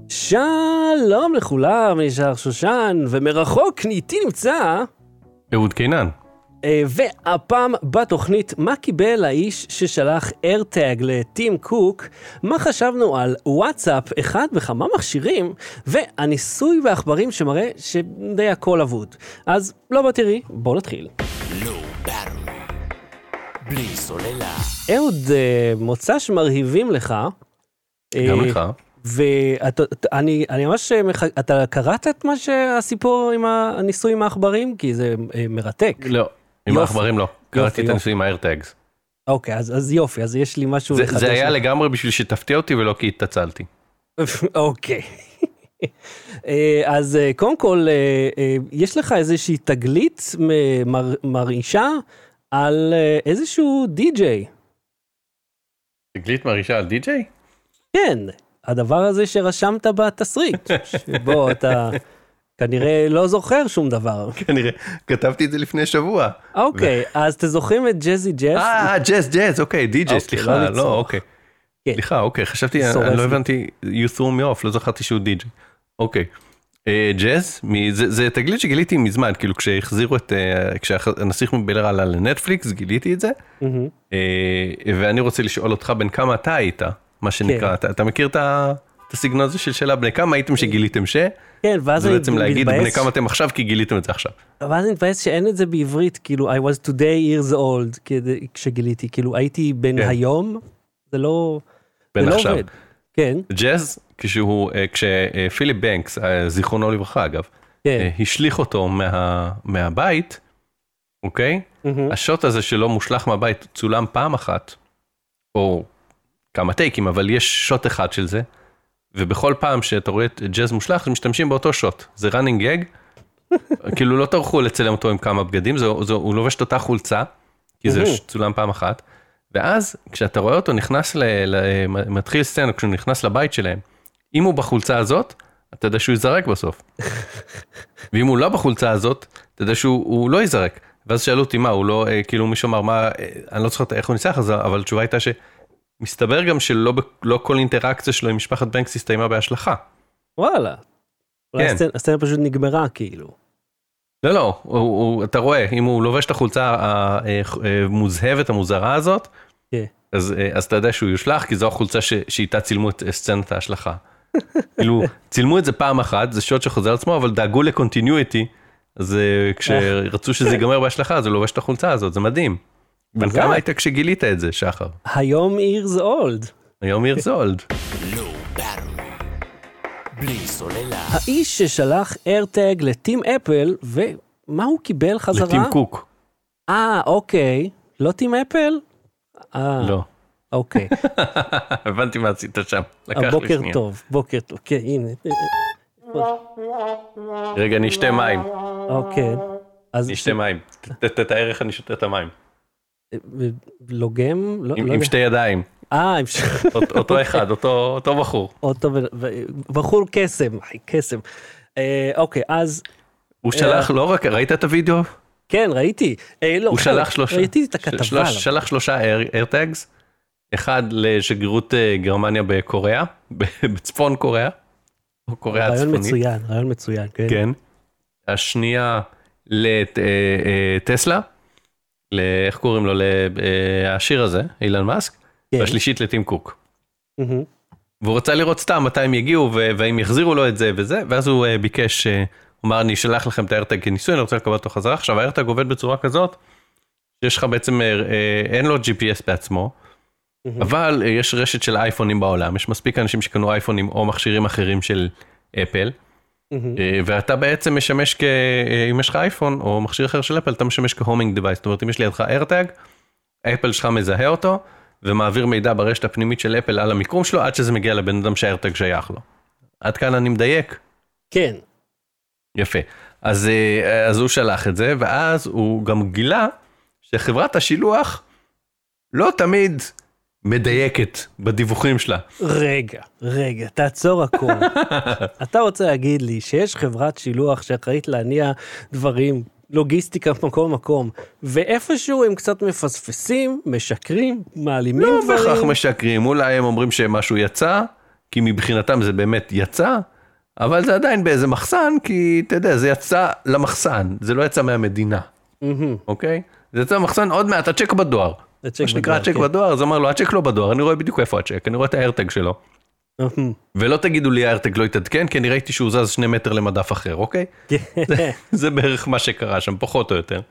שלום לכולם, אני שר שושן, ומרחוק איתי נמצא אהוד קינן. והפעם בתוכנית, מה קיבל האיש ששלח AirTag לטים קוק, מה חשבנו על וואטסאפ אחד וכמה מכשירים, והניסוי והעכברים שמראה שדי הכל אבוד. אז לא בתראי, בוא נתחיל. בלי סוללה. אהוד, מוצ"ש מרהיבים לך. גם לך. ואני ממש, אתה קראת את מה שהסיפור עם הניסוי עם העכברים? כי זה מרתק. לא, עם העכברים לא. קראתי את הניסוי עם ה-AirTags. אוקיי, אז יופי, אז יש לי משהו לחדש. זה היה לגמרי בשביל שתפתיע אותי ולא כי התעצלתי. אוקיי. אז קודם כל, יש לך איזושהי תגלית מרעישה על איזשהו די-ג'יי. תגלית מרעישה על די-ג'יי? כן. הדבר הזה שרשמת בתסריט, שבו אתה כנראה לא זוכר שום דבר. כנראה, כתבתי את זה לפני שבוע. אוקיי, אז אתם זוכרים את ג'זי ג'ס? ג'ז, אוקיי, די-ג'יי, סליחה, לא, אוקיי. סליחה, אוקיי, חשבתי, אני לא הבנתי, you threw me off, לא זכרתי שהוא די-ג'יי. אוקיי, ג'ז, זה תגלית שגיליתי מזמן, כאילו כשהחזירו את, כשהנסיך מבלר עלה לנטפליקס, גיליתי את זה, ואני רוצה לשאול אותך בין כמה אתה היית, מה שנקרא, אתה מכיר את הסגנון הזה של שאלה, בני כמה הייתם שגיליתם כן, ואז זה בעצם להגיד בני כמה אתם עכשיו, כי גיליתם את זה עכשיו. ואז אני מתבאס שאין את זה בעברית, כאילו, I was today years old, כשגיליתי, כאילו, הייתי בן היום, זה לא עובד. כן. ג'אז, כשפיליפ בנקס, זיכרונו לברכה אגב, השליך אותו מהבית, אוקיי? השוט הזה שלא מושלח מהבית, צולם פעם אחת, או כמה טייקים, אבל יש שוט אחד של זה, ובכל פעם שאתה רואה את ג'אז מושלח, אז משתמשים באותו שוט. זה running gag, כאילו לא טרחו לצלם אותו עם כמה בגדים, הוא לובש את אותה חולצה, כי זה צולם פעם אחת, ואז כשאתה רואה אותו נכנס, מתחיל סצנה, כשהוא נכנס לבית שלהם, אם הוא בחולצה הזאת, אתה יודע שהוא יזרק בסוף. ואם הוא לא בחולצה הזאת, אתה יודע שהוא לא יזרק. ואז שאלו אותי מה, הוא לא, כאילו מישהו אמר, מה, אני לא זוכר איך הוא ניסח, אבל התשובה הייתה מסתבר גם שלא כל אינטראקציה שלו עם משפחת בנקס הסתיימה בהשלכה. וואלה. כן. הסצנה פשוט נגמרה כאילו. לא, אתה רואה, אם הוא לובש את החולצה המוזהבת, המוזרה הזאת, אז אתה יודע שהוא יושלח, כי זו החולצה שאיתה צילמו את סצנת ההשלכה. כאילו, צילמו את זה פעם אחת, זה שוט שחוזר עצמו, אבל דאגו לקונטיניויטי, אז כשרצו שזה ייגמר בהשלכה, אז הוא לובש את החולצה הזאת, זה מדהים. בן כמה היית כשגילית את זה, שחר? היום years old. היום years old. בלי סוללה. האיש ששלח AirTag לטים אפל, ומה הוא קיבל חזרה? לטים קוק. אוקיי. לא טים אפל? לא. אוקיי. הבנתי מה עשית שם. בוקר טוב. כן, הנה. רגע, נשתה מים. אוקיי. נשתה מים. תתאר איך אני שותה את המים. לוגם? עם שתי ידיים. אותו אחד, אותו בחור. בחור קסם. אוקיי, אז... הוא שלח, לא רק, ראית את הוידאו? כן, ראיתי. הוא שלח שלושה. ראיתי את הכתבה. שלח 3 AirTags, אחד לשגרירות גרמניה בקוריאה, בצפון קוריאה, או קוריאה הצפונית. רעיון מצוין, כן. כן. השנייה לטסלה, איך קוראים לו, השיר הזה, אילן מאסק, והשלישית לטים קוק. והוא רצה לראות סתם מתי הם יגיעו, והאם יחזירו לו את זה וזה, ואז הוא ביקש, הוא אמר, אני אשלח לכם את ה-AirTag כניסוי, אני רוצה לקבל אותו חזרה. עכשיו, ה-AirTag עובד בצורה כזאת, שיש לך בעצם, אין לו GPS בעצמו, אבל יש רשת של אייפונים בעולם, יש מספיק אנשים שקנו אייפונים או מכשירים אחרים של אפל, ואתה בעצם משמש אם יש לך אייפון או מכשיר אחר של אפל, אתה משמש כהומינג דיווייס, זאת אומרת, אם יש לידך AirTag, האפל שלך מזהה אותו, ומעביר מידע ברשת הפנימית של אפל על המיקום שלו, עד שזה מגיע לבן אדם שה-AirTag שייך לו. עד כאן אני מדייק? כן. יפה. אז הוא שלח את זה, ואז הוא גם גילה שחברת השילוח לא תמיד מדייקת בדיווחים שלה. רגע, תעצור הכל. אתה רוצה להגיד לי שיש חברת שילוח שאחראית להניע דברים, לוגיסטיקה מקום, ואיפשהו הם קצת מפספסים, משקרים, מעלימים דברים. לא בכך משקרים, אולי הם אומרים שמשהו יצא, כי מבחינתם זה באמת יצא, אבל זה עדיין באיזה מחסן, כי אתה יודע, זה יצא למחסן, זה לא יצא מהמדינה, אוקיי? זה יצא למחסן, עוד מעט, הצ'ק בדואר. מה שנקרא הצ'ק בדואר, אז אמר לו, הצ'ק לא בדואר, אני רואה בדיוק איפה הצ'ק, אני רואה את האיירטג שלו. ולא תגידו לי, האיירטג לא יתעדכן, כי אני ראיתי שהוא זז 2 מטר למדף אחר, אוקיי? זה בערך מה שקרה שם, פחות או יותר.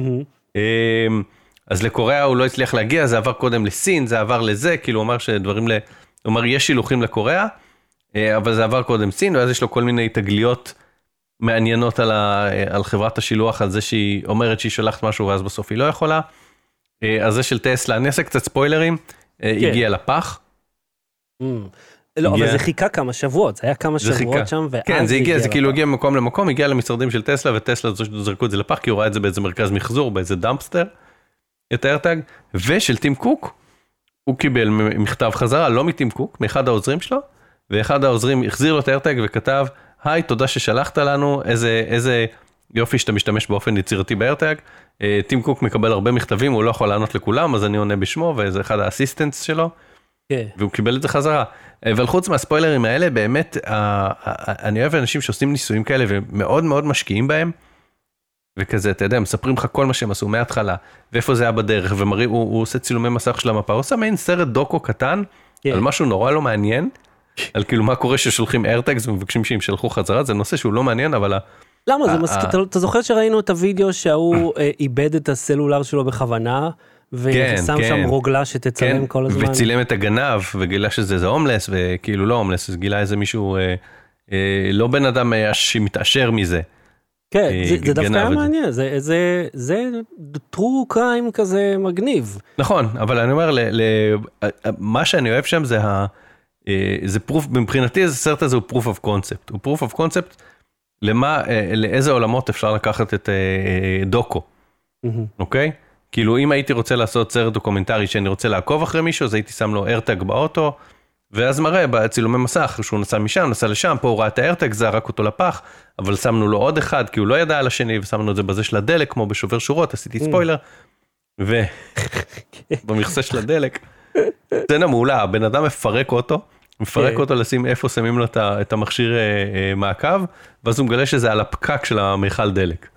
אז לקוריאה הוא לא הצליח להגיע, זה עבר קודם לסין, זה עבר לזה, כאילו הוא אמר שדברים הוא אמר, יש שילוחים לקוריאה, אבל זה עבר קודם סין, ואז יש לו כל מיני תגליות מעניינות על חברת השילוח, על זה שהיא אומרת שהיא שולחת משהו, ואז בסוף היא לא יכולה. אז זה של טסלה, אני אעשה קצת ספוילרים, הגיע לפח. לא, אבל זה חיכה כמה שבועות, זה היה כמה שבועות שם, ואז כן, זה הגיע, זה כאילו הגיע ממקום למקום, הגיע למשרדים של טסלה, וטסלה זרקו את זה לפח, כי הוא ראה את זה באיזה מרכז מחזור, באיזה דאמפסטר, את האיירטג, ושל טים קוק, הוא קיבל מכתב חזרה, לא מטים קוק, מאחד העוזרים שלו, ואחד העוזרים החזיר לו את האיירטג וכתב, היי, תודה ששלחת לנו, איזה יופי שאתה משתמש באופן יצירתי באיירטג, טים קוק מקבל הרבה מכתבים, הוא לא יכול לענות לכולם, אז אני עונה בשמו, וזה אחד האסיסטנטס שלו, והוא קיבל את זה חזרה. אבל חוץ מהספוילרים האלה, באמת, אני אוהב אנשים שעושים ניסויים כאלה, ומאוד מאוד משקיעים בהם, וכזה, אתה יודע, מספרים לך כל מה שהם עשו מההתחלה, ואיפה זה היה בדרך, הוא עושה צילומי מסך של המפה, הוא עושה מעין סרט דוקו קטן, על משהו נורא לא מעניין, על כאילו מה קורה ששולחים איירטגס ומבקשים שהם שלחו חזרה, זה נושא שהוא לא מעניין, אבל... למה? זה מסכים, אתה זוכר שראינו את הוידאו שהוא איבד את הסלולר שלו בכוונה, ושם שם רוגלה שתצלם כל הזמן? וצילם את הגנב, וגילה שזה הומלס, וכאילו לא הומלס, אז גילה איזה מישהו, לא בן אדם שמתעשר מזה. כן, זה דווקא היה מעניין, זה true crime כזה מגניב. נכון, אבל אני אומר, מה שאני אוהב שם זה proof, מבחינתי הסרט הזה הוא proof of concept, הוא proof of concept לאיזה עולמות אפשר לקחת את דוקו, אוקיי? כאילו אם הייתי רוצה לעשות סרט דוקומנטרי שאני רוצה לעקוב אחרי מישהו, אז הייתי שם לו איירטג באוטו, ואז מראה בצילומי מסך שהוא נסע משם, נסע לשם, פה הוא ראה את האיירטג, זרק אותו לפח, אבל שמנו לו עוד אחד, כי הוא לא ידע על השני, ושמנו את זה בזה של הדלק, כמו בשובר שורות, עשיתי ספוילר, ובמכסה של הדלק, סצנה מעולה, הבן אדם מפרק אותו לשים איפה שמים לו את המכשיר מעקב, ואז הוא מגלה שזה על הפקק של המיכל דלק.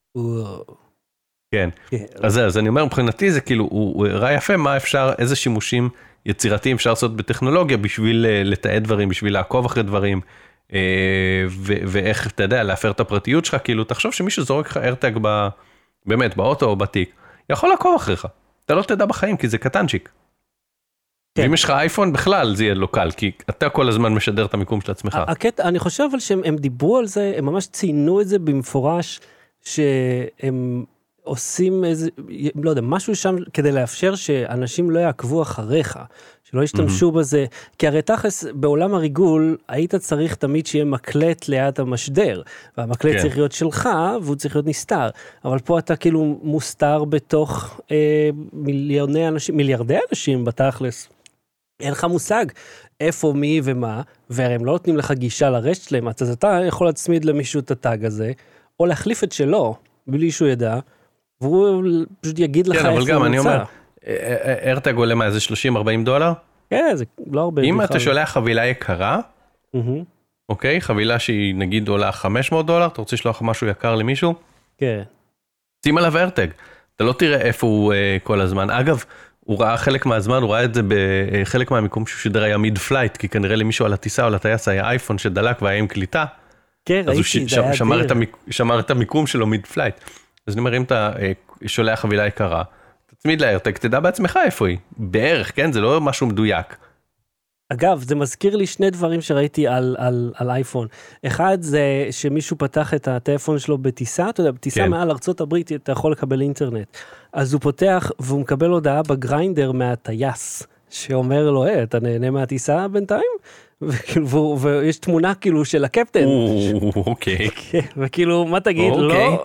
כן, אז אני אומר, מבחינתי זה כאילו, הוא הראה יפה מה אפשר, איזה שימושים יצירתיים אפשר לעשות בטכנולוגיה, בשביל לתעד דברים, בשביל לעקוב אחרי דברים, ואיך, אתה יודע, להפר את הפרטיות שלך, כאילו, תחשוב שמישהו זורק לך איירטג באמת, באוטו או בתיק, יכול לעקוב אחריך, אתה לא תדע בחיים, כי זה קטנצ'יק. ואם יש לך אייפון בכלל, זה יהיה לוקל, כי אתה כל הזמן משדר את המיקום של עצמך. הקטע, אני חושב אבל שהם דיברו על זה, הם ממש ציינו את זה במפורש, שהם עושים איזה, לא יודע, משהו שם כדי לאפשר שאנשים לא יעקבו אחריך, שלא ישתמשו בזה, כי הרי תכלס בעולם הריגול, היית צריך תמיד שיהיה מקלט ליד המשדר, והמקלט צריך להיות שלך, והוא צריך להיות נסתר, אבל פה אתה כאילו מוסתר בתוך מיליארדי אנשים בתכלס, אין לך מושג איפה, מי ומה, והרי הם לא נותנים לך גישה לרשת שלהם, אז אתה יכול להצמיד למישהו את הטאג הזה, או להחליף את שלו, בלי שהוא ידע, והוא פשוט יגיד לך איפה הוא נמצא. כן, אבל גם אני אומר, איירטג עולה מה, איזה $30-40? כן, זה לא הרבה. אם אתה שולח חבילה יקרה, אוקיי, חבילה שהיא נגיד עולה $500, אתה רוצה לשלוח משהו יקר למישהו? כן. שים עליו איירטג, אתה לא תראה איפה הוא כל הזמן. אגב, הוא ראה חלק מהזמן, הוא ראה את זה בחלק מהמיקום שהוא שידר היה מיד פלייט, כי כנראה למישהו על הטיסה או על הטייס היה אייפון שדלק והיה עם קליטה. כן, ראיתי, זה היה אדיר. שמר את המיקום שלו מיד פלייט. אז אני אומר, אם אתה שולח חבילה יקרה, תצמיד לאיירטג, תדע בעצמך איפה היא. בערך, כן? זה לא משהו מדויק. אגב, זה מזכיר לי שני דברים שראיתי על אייפון. אחד זה שמישהו פתח את הטלפון שלו בטיסה, אתה יודע, בטיסה מעל ארצות הברית אתה יכול לקבל אינטרנט. אז הוא פותח והוא מקבל הודעה בגריינדר מהטייס, שאומר לו, אתה נהנה מהטיסה בינתיים? ויש תמונה כאילו של הקפטן. אוקיי. וכאילו, מה תגיד? לא.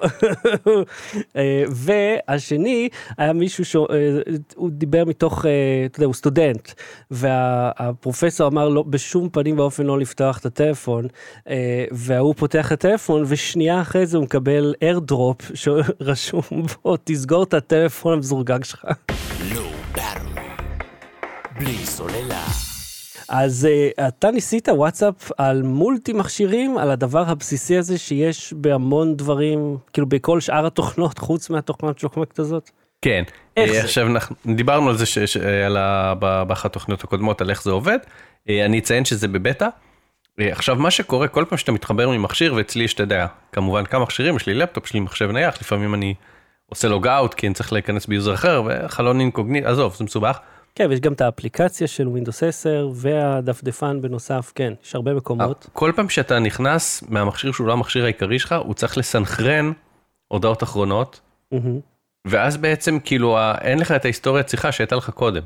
והשני, היה מישהו שהוא דיבר מתוך, אתה יודע, הוא סטודנט, והפרופסור אמר לו, בשום פנים ואופן לא לפתוח את הטלפון, והוא פותח את הטלפון, ושנייה אחרי זה הוא מקבל איירדרופ, שרשום בו, תסגור את הטלפון המזורגג שלך. בלי סוללה. אז אתה ניסית וואטסאפ על מולטי מכשירים, על הדבר הבסיסי הזה שיש בהמון דברים, כאילו בכל שאר התוכנות, חוץ מהתוכנת שוקמקט הזאת? כן. עכשיו דיברנו על זה באחת התוכניות הקודמות, על איך זה עובד. אני אציין שזה בבטא. עכשיו מה שקורה, כל פעם שאתה מתחבר ממכשיר, ואצלי יש, אתה יודע, כמובן כמה מכשירים, יש לי לפטופ, יש לי מחשב נייח, לפעמים אני עושה לוג אאוט, כי אני צריך להיכנס ביוזר אחר, וחלון אינקוגניט, עזוב, זה מסובך. כן, ויש גם את האפליקציה של Windows 10, והדפדפן בנוסף, כן, יש הרבה מקומות. כל פעם שאתה נכנס מהמכשיר שהוא לא המכשיר העיקרי שלך, הוא צריך לסנכרן הודעות אחרונות, ואז בעצם כאילו אין לך את ההיסטוריית שיחה שהייתה לך קודם.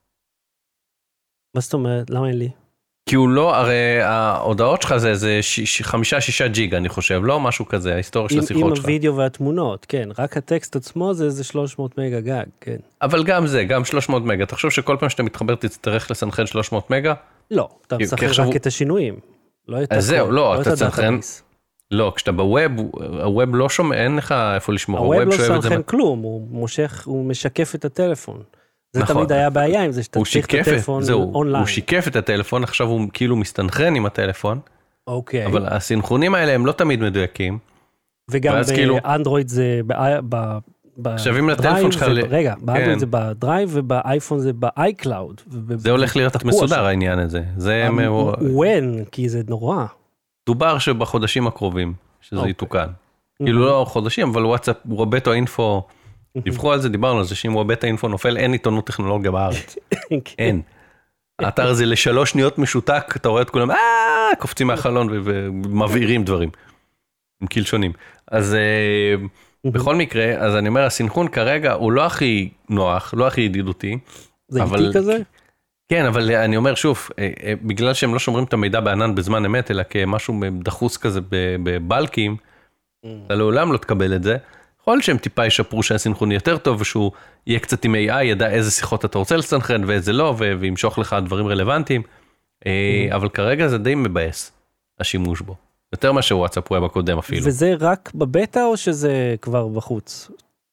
מה זאת אומרת? למה אין לי? כי הוא לא, הרי ההודעות שלך זה 5-6 ג'יגה, אני חושב, לא משהו כזה, ההיסטוריה של השיחות שלך. עם הוידאו והתמונות, כן, רק הטקסט עצמו זה איזה 300 מגה גג, כן. אבל גם זה, גם 300 מגה, תחשוב שכל פעם שאתה מתחבר תצטרך לסנכרן 300 מגה? לא, אתה מסנכרן רק את השינויים. אז זהו, לא, אתה מסנכרן, לא, כשאתה בווב, הווב לא שומע, אין לך איפה לשמור. הווב לא סנכרן כלום, הוא משקף את הטלפון. זה תמיד היה בעיה עם זה, שאתה צריך את הטלפון אונליין. הוא שיקף את הטלפון, עכשיו הוא כאילו מסתנכרן עם הטלפון. אוקיי. אבל הסינכרונים האלה הם לא תמיד מדויקים. וגם באנדרואיד זה עכשיו לטלפון שלך... רגע, באנדרואיד זה בדרייב, ובאייפון זה באייקלאוד. זה הולך להיות מסודר העניין הזה. when, כי זה נורא. דובר שבחודשים הקרובים, שזה יתוקן. כאילו לא חודשים, אבל וואטסאפ, רובטו אינפו, דיווחו על זה, דיברנו על זה, שאם רובטו אינפו נופל, אין עיתונות טכנולוגיה בארץ. אין. האתר הזה ל3 שניות משותק, אתה רואה את כולם, קופצים מהחלון ומבעירים דברים. עם קלשונים. אז בכל מקרה, אז אני אומר, הסינכרון כרגע הוא לא הכי נוח, לא הכי ידידותי. זה איטי כזה? כן, אבל אני אומר שוב, בגלל שהם לא שומרים את המידע בענן בזמן אמת, אלא כמשהו דחוס כזה בבלקים, אתה לעולם לא תקבל את זה. יכול שהם טיפה ישפרו שהסינכרון יותר טוב, ושהוא יהיה קצת עם AI, ידע איזה שיחות אתה רוצה לסנכרן ואיזה לא, וימשוך לך דברים רלוונטיים. אבל כרגע זה די מבאס, השימוש בו. יותר מה שוואטסאפ ווב הקודם אפילו. וזה רק בבטא או שזה כבר בחוץ?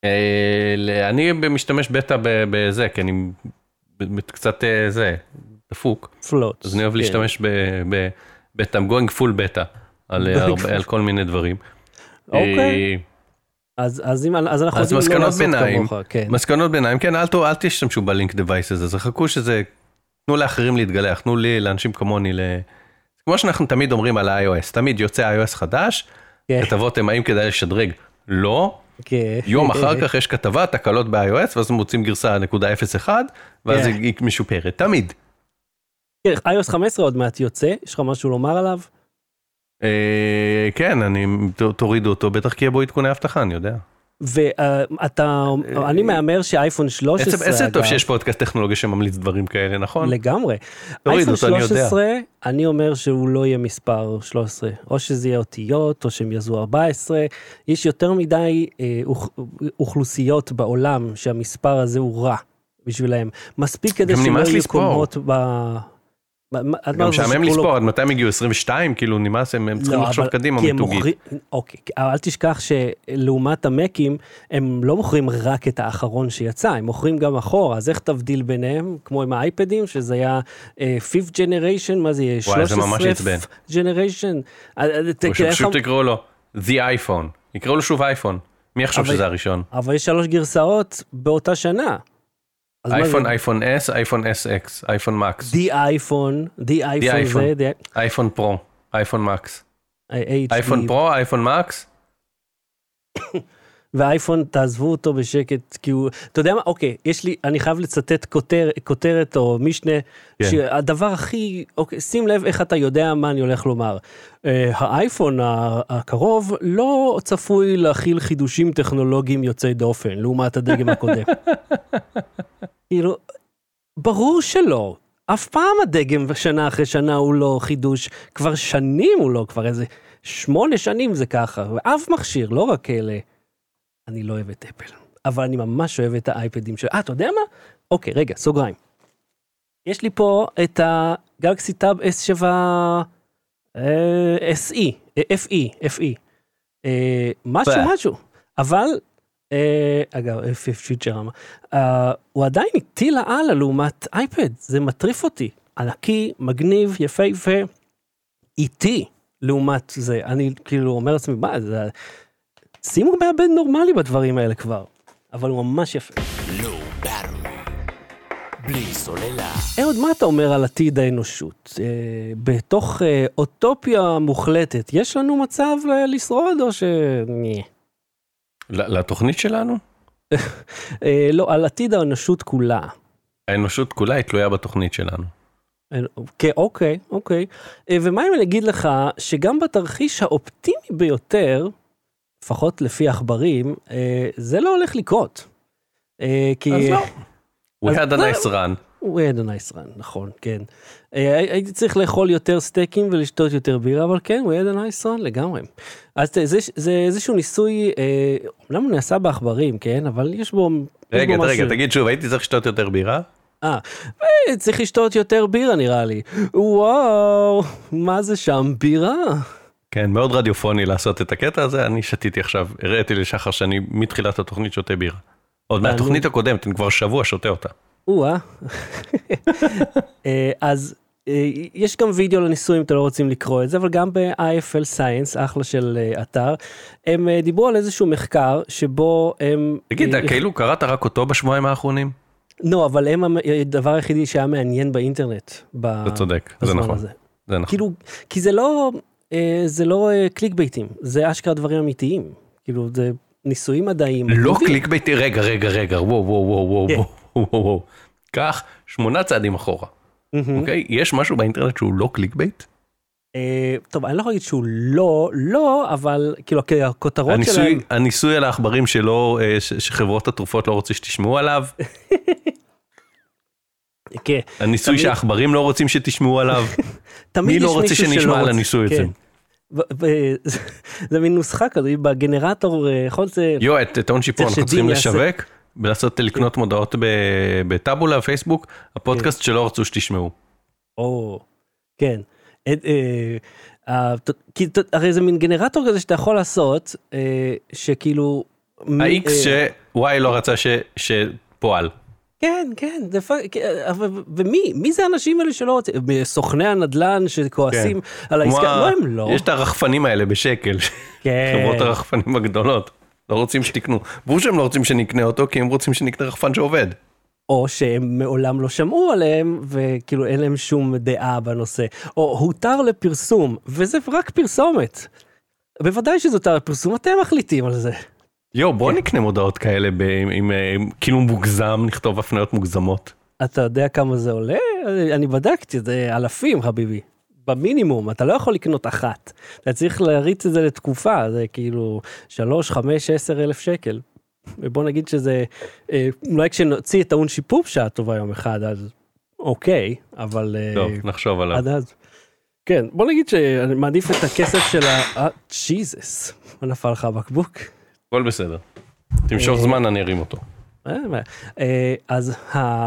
אני משתמש בטא בזה, כי אני קצת זה, דפוק. פלוט. אז אני אוהב להשתמש בבטא, I'm going full בטא, על כל מיני דברים. אוקיי. אז אנחנו יודעים לא לעשות כמוך. מסקנות ביניים, כן, אל תשתמשו בלינק דווייס הזה, זה חכו שזה, תנו לאחרים להתגלח, תנו לי, לאנשים כמוני, כמו שאנחנו תמיד אומרים על ה-iOS, תמיד יוצא iOS חדש, כתבות הם האם כדאי לשדרג, לא, יום אחר כך יש כתבה, תקלות ב-iOS, ואז מוצאים גרסה 0.01, ואז היא משופרת, תמיד. iOS 15 עוד מעט יוצא, יש לך משהו לומר עליו? כן, תורידו אותו, בטח כי בו עדכוני הבטחה, אני יודע. ואני מאמר שאייפון 13... איזה טוב שיש פודקאסט טכנולוגיה שממליץ דברים כאלה, נכון? לגמרי. אייפון 13, אני אומר שהוא לא יהיה מספר 13, או שזה יהיה אותיות, או שהם יזו 14, יש יותר מדי אוכלוסיות בעולם שהמספר הזה הוא רע בשבילהם. מספיק כדי שלא יהיו קומות גם שעמם לספור, עד מתי הם הגיעו 22, כאילו נמאס, הם צריכים לחשוב קדימה מיתוגית. אוקיי, אל תשכח שלעומת המקים, הם לא מוכרים רק את האחרון שיצא, הם מוכרים גם אחורה, אז איך תבדיל ביניהם, כמו עם האייפדים, שזה היה 5th generation, מה זה יהיה? 13th generation? פשוט תקראו לו The iPhone, יקראו לו שוב iPhone, מי יחשוב שזה הראשון? אבל יש 3 גרסאות באותה שנה. אייפון, אייפון S, אייפון SX, אייפון מקס. The iPhone זה... אייפון פרו, אייפון מקס. אייפון פרו, אייפון מקס. והאייפון תעזבו אותו בשקט, כי הוא... אתה יודע מה? אוקיי, אני חייב לצטט כותרת או משנה, שהדבר הכי... אוקיי, שים לב איך אתה יודע מה אני הולך לומר. האייפון הקרוב לא צפוי להכיל חידושים טכנולוגיים יוצאי דופן, לעומת הדגם הקודם. כאילו, ברור שלא. אף פעם הדגם שנה אחרי שנה הוא לא חידוש, כבר שנים הוא לא, כבר איזה 8 שנים זה ככה, ואף מכשיר, לא רק אלה. אני לא אוהב את אפל, אבל אני ממש אוהב את האייפדים של... אתה יודע מה? אוקיי, רגע, סוגריים. יש לי פה את הגלקסי טאב S7 FE. משהו. אבל, אגב, פיצ'ר, הוא עדיין איתי לעלה לעומת אייפד, זה מטריף אותי. ענקי, מגניב, יפה, איטי, לעומת זה. אני כאילו אומר לעצמי, זה... שימו מעבד נורמלי בדברים האלה כבר, אבל הוא ממש יפה. בלי סוללה. אהוד, מה אתה אומר על עתיד האנושות? בתוך אוטופיה מוחלטת, יש לנו מצב לשרוד או ש... לתוכנית שלנו? לא, על עתיד האנושות כולה. האנושות כולה היא תלויה בתוכנית שלנו. אוקיי. ומה אם אני אגיד לך שגם בתרחיש האופטימי ביותר, לפחות לפי עכברים, זה לא הולך לקרות. אז לא. We had a nice run. We had a nice run, נכון, כן. הייתי צריך לאכול יותר סטייקים ולשתות יותר בירה, אבל כן, we had a nice run לגמרי. אז זה איזשהו ניסוי, אומנם הוא נעשה בעכברים, כן, אבל יש בו... רגע, תגיד שוב, הייתי צריך לשתות יותר בירה? צריך לשתות יותר בירה נראה לי. וואו, מה זה שם, בירה? כן, מאוד רדיופוני לעשות את הקטע הזה, אני שתיתי עכשיו, הראיתי לשחר שאני מתחילת התוכנית שותה בירה. עוד מהתוכנית הקודמת, אני כבר שבוע שותה אותה. אז יש גם וידאו לניסוי אם אתם לא רוצים לקרוא את זה, אבל גם ב-IFL Science, אחלה של אתר, הם דיברו על איזשהו מחקר שבו הם... תגיד, כאילו קראת רק אותו בשבועיים האחרונים? לא, אבל הם הדבר היחידי שהיה מעניין באינטרנט. אתה צודק, זה נכון. זה נכון. כאילו, כי זה לא קליק בייטים, זה אשכרה דברים אמיתיים. כאילו, זה ניסויים מדעיים. לא קליק בייטי, רגע, וואו. כך 8 צעדים אחורה. אוקיי? יש משהו באינטרנט שהוא לא קליק בייט? טוב, אני לא יכול להגיד שהוא לא, אבל כאילו, הכותרות שלהם... הניסוי על העכברים שחברות התרופות לא רוצים שתשמעו עליו. הניסוי שהעכברים לא רוצים שתשמעו עליו. מי לא רוצה שנשמע על הניסוי הזה? זה מין נוסחה כזו, בגנרטור, יכול זה... את ההון שיפור, אנחנו צריכים לשווק, ולעשות לקנות מודעות בטאבולה, פייסבוק, הפודקאסט שלא רצו שתשמעו. כן. הרי זה מין גנרטור כזה שאתה יכול לעשות, שכאילו... ה-X ש-Y לא רצה שפועל. כן, ומי זה האנשים האלה שלא רוצים? סוכני הנדלן שכועסים על העסקה? לא, הם לא. יש את הרחפנים האלה בשקל, חברות הרחפנים הגדולות, לא רוצים שתקנו. ברור שהם לא רוצים שנקנה אותו, כי הם רוצים שנקנה רחפן שעובד. או שהם מעולם לא שמעו עליהם, וכאילו אין להם שום דעה בנושא. או הותר לפרסום, וזה רק פרסומת. בוודאי שזה הותר לפרסום, אתם מחליטים על זה. בוא נקנה מודעות כאלה עם כאילו מוגזם, נכתוב הפניות מוגזמות. אתה יודע כמה זה עולה? אני בדקתי, זה אלפים חביבי. במינימום, אתה לא יכול לקנות אחת. אתה צריך להריץ את זה לתקופה, זה כאילו 3, 5, 10 אלף שקל. ובוא נגיד שזה, אולי כשנוציא את ההון שיפופ שעה טובה יום אחד, אז אוקיי, אבל... טוב, נחשוב עליו. עד אז. כן, בוא נגיד שאני מעדיף את הכסף של ג'יזוס, מה נפל לך בקבוק? הכל בסדר. תמשוך זמן, אני ארים אותו. אז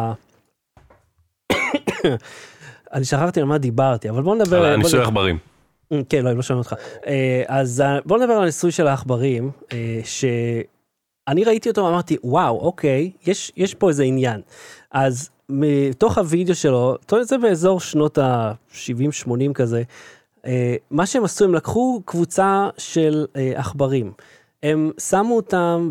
אני שכחתי על מה דיברתי, אבל בוא נדבר... על הניסוי העכברים. כן, לא שומע אותך. אז בוא נדבר על הניסוי של העכברים, שאני ראיתי אותו ואמרתי, וואו, אוקיי, יש פה איזה עניין. אז מתוך הוידאו שלו, זה באזור שנות ה-70-80 כזה, מה שהם עשו, הם לקחו קבוצה של עכברים. הם שמו אותם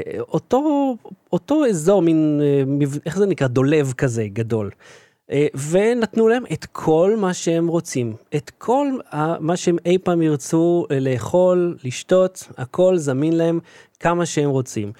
באותו אזור, מין, איך זה נקרא, דולב כזה גדול. ונתנו להם את כל מה שהם רוצים. את כל מה שהם אי פעם ירצו לאכול, לשתות, הכל זמין להם כמה שהם רוצים.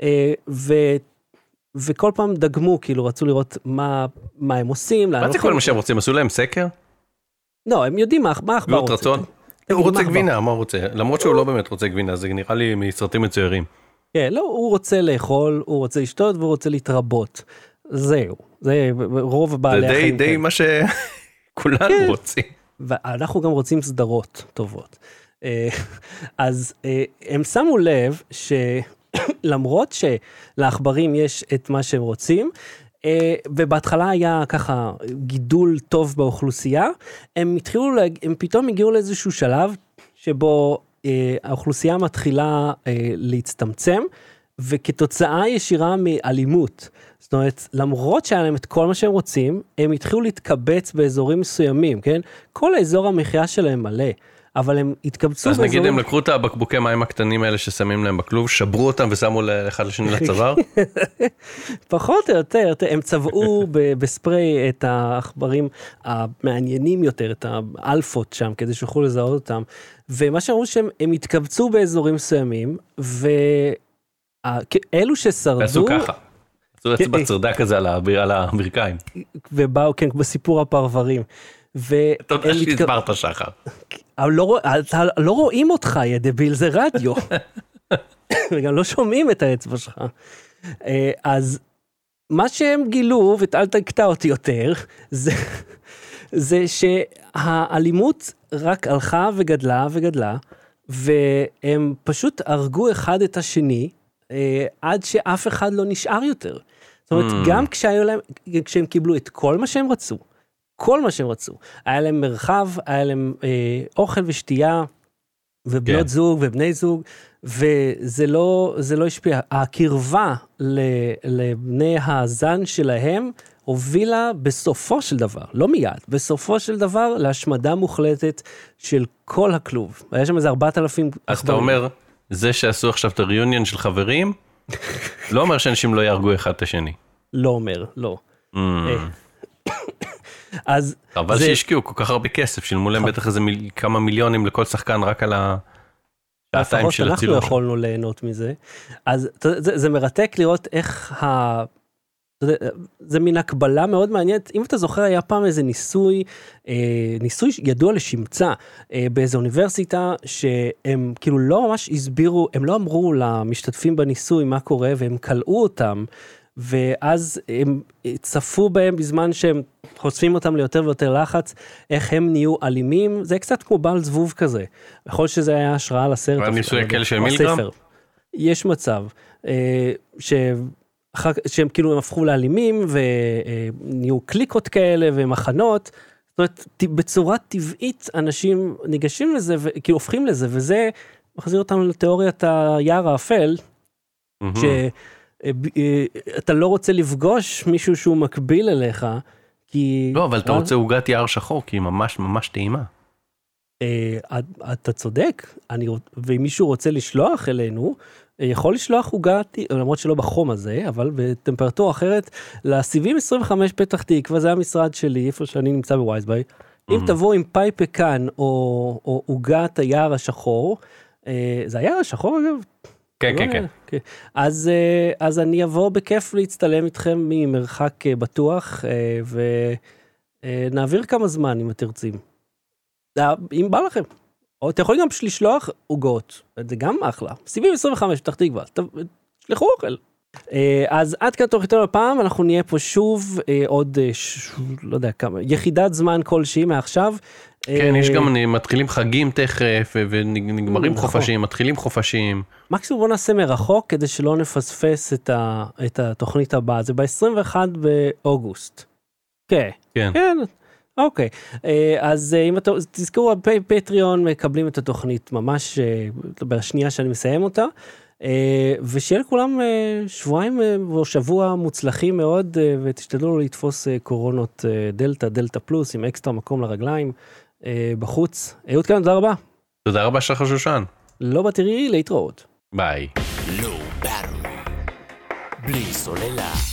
וכל פעם דגמו, כאילו רצו לראות מה הם עושים. מה זה כל מה שהם רוצים? עשו להם סקר? לא, הם יודעים מה העכבר רוצה. הוא רוצה גבינה, מה הוא רוצה? למרות שהוא לא באמת רוצה גבינה, זה נראה לי מסרטים מצוירים. כן, לא, הוא רוצה לאכול, הוא רוצה לשתות, והוא רוצה להתרבות. זהו, זה רוב בעלי החיים. זה די מה שכולנו רוצים. ואנחנו גם רוצים סדרות טובות. אז הם שמו לב שלמרות שלעכברים יש את מה שהם רוצים, ובהתחלה היה ככה גידול טוב באוכלוסייה, הם פתאום הגיעו לאיזשהו שלב שבו האוכלוסייה מתחילה להצטמצם, וכתוצאה ישירה מאלימות. זאת אומרת, למרות שהיה להם את כל מה שהם רוצים, הם התחילו להתקבץ באזורים מסוימים, כן? כל האזור המחיה שלהם מלא, אבל הם התקבצו אז באזורים... נגיד הם לקחו את הבקבוקי מים הקטנים האלה ששמים להם בכלוב, שברו אותם ושמו אחד לשני לצוואר? פחות או יותר, הם צבעו בספרי את העכברים המעניינים יותר, את האלפות שם, כדי שיוכלו לזהות אותם, ומה שאמרו שהם התקבצו באזורים מסוימים, ואלו ששרדו... ועשו ככה. עשו אצבע צרדה כזה על הברכיים. ובאו, כן, בסיפור הפרברים. תודה שהסברת שחר. לא רואים אותך, יא דביל, זה רדיו. וגם לא שומעים את האצבע שלך. אז מה שהם גילו, ואל תקטע אותי יותר, זה שהאלימות רק הלכה וגדלה וגדלה, והם פשוט הרגו אחד את השני, עד שאף אחד לא נשאר יותר. זאת אומרת, גם כשהם קיבלו את כל מה שהם רצו, היה להם מרחב, היה להם אוכל ושתייה, ובנות זוג ובני זוג, וזה לא השפיע. הקרבה לבני הזן שלהם, הובילה בסופו של דבר, לא מיד, בסופו של דבר, להשמדה מוחלטת של כל הכלוב. היה שם איזה 4,000... אז אתה אומר, זה שעשו עכשיו את הריאיוניון של חברים, לא אומר שאנשים לא יהרגו אחד את השני. לא אומר, לא. אז... אבל שהשקיעו כל כך הרבה כסף, שילמו להם בטח איזה כמה מיליונים לכל שחקן רק על השעתיים של הצילום. אנחנו יכולנו ליהנות מזה. אז זה מרתק לראות איך זה מין הקבלה מאוד מעניינת. אם אתה זוכר, היה פעם איזה ניסוי ידוע לשמצה, באיזו אוניברסיטה, שהם כאילו לא ממש הסבירו, הם לא אמרו למשתתפים בניסוי מה קורה, והם קלעו אותם, ואז הם צפו בהם בזמן שהם חושפים אותם ליותר ויותר לחץ, איך הם נהיו אלימים, זה קצת כמו בעל זבוב כזה. יכול שזה היה השראה לסרט. ניסוי הקל של מילגרם? יש מצב, שהם כאילו הם הפכו לאלימים, ונהיו קליקות כאלה ומחנות, זאת אומרת, בצורה טבעית אנשים ניגשים לזה, כאילו הופכים לזה, וזה מחזיר אותנו לתיאוריית היער האפל, אתה לא רוצה לפגוש מישהו שהוא מקביל אליך, כי... לא, אבל אתה רוצה עוגת יער שחור, כי היא ממש ממש טעימה. אתה צודק, ואם מישהו רוצה לשלוח אלינו, יכול לשלוח עוגת, למרות שלא בחום הזה, אבל בטמפרטורה אחרת, לסיבים 25 פתח תקווה, זה המשרד שלי, איפה שאני נמצא בווייזביי, אם תבוא עם פאי פקן, או עוגת היער השחור, זה היער השחור אגב? כן, כן, כן. אז אני אבוא בכיף להצטלם איתכם ממרחק בטוח, ונעביר כמה זמן אם אתם רוצים. אם בא לכם. או אתה יכול גם לשלוח עוגות, זה גם אחלה. סיבים 25 פתח תקווה, שלחו אוכל. אז עד כאן תוך יותר הפעם, אנחנו נהיה פה שוב עוד, לא יודע כמה, יחידת זמן כלשהי מעכשיו. כן, יש גם, מתחילים חגים תכף, ונגמרים חופשים, מתחילים חופשים. מקסימום בוא נעשה מרחוק, כדי שלא נפספס את התוכנית הבאה, זה ב-21 באוגוסט. כן. כן. אוקיי, אז אם תזכרו, פטריון מקבלים את התוכנית ממש בשנייה שאני מסיים אותה, ושיהיה לכולם שבועיים או שבוע מוצלחים מאוד, ותשתדלו לתפוס קורונות דלטה פלוס, עם אקסטרה מקום לרגליים בחוץ. אהוד כאן, תודה רבה. תודה רבה שחר שושן. לא בתראי, להתראות. ביי. לא ברור. בלי סוללה.